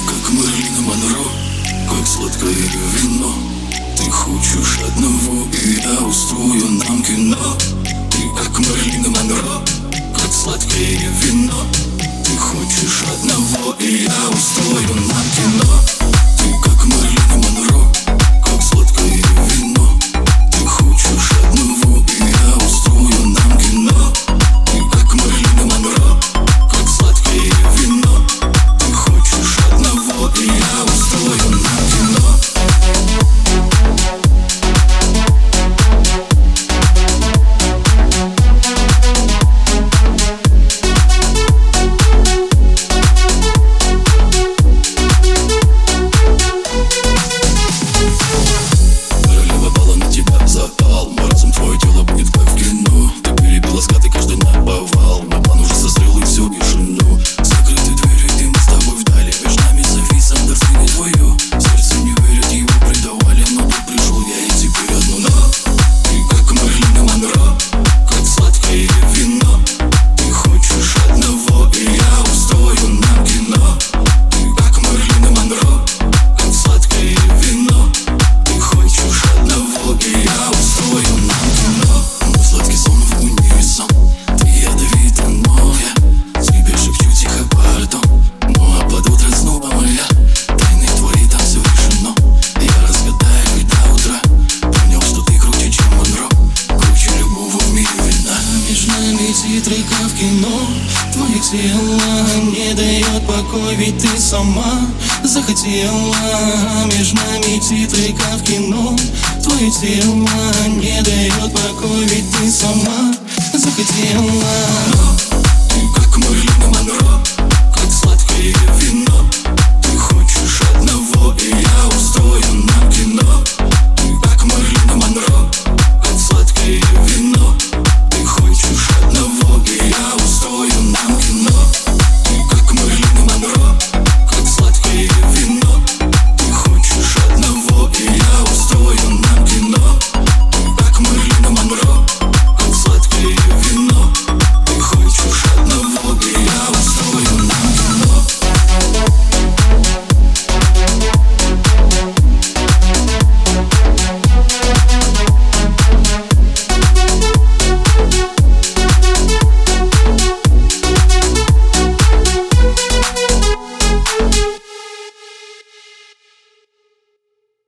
как Мэрилин Монро, как сладкое вино. Ты хочешь одного, и я устрою нам кино. Ты как Мэрилин Монро, как сладкое вино. Ты хочешь одного, и я устрою нам кино. Ты как Мэрилин Монро, как сладкое вино. Ты хочешь одного, и я устрою нам кино. Ты как Мэрилин Монро, как сладкое вино. Ты хочешь одного, и я устрою нам кино. Титрика в кино. Твое тело не дает покой, ведь ты сама захотела. Между нами титрика в кино. Твое тело не дает покой, ведь ты сама захотела.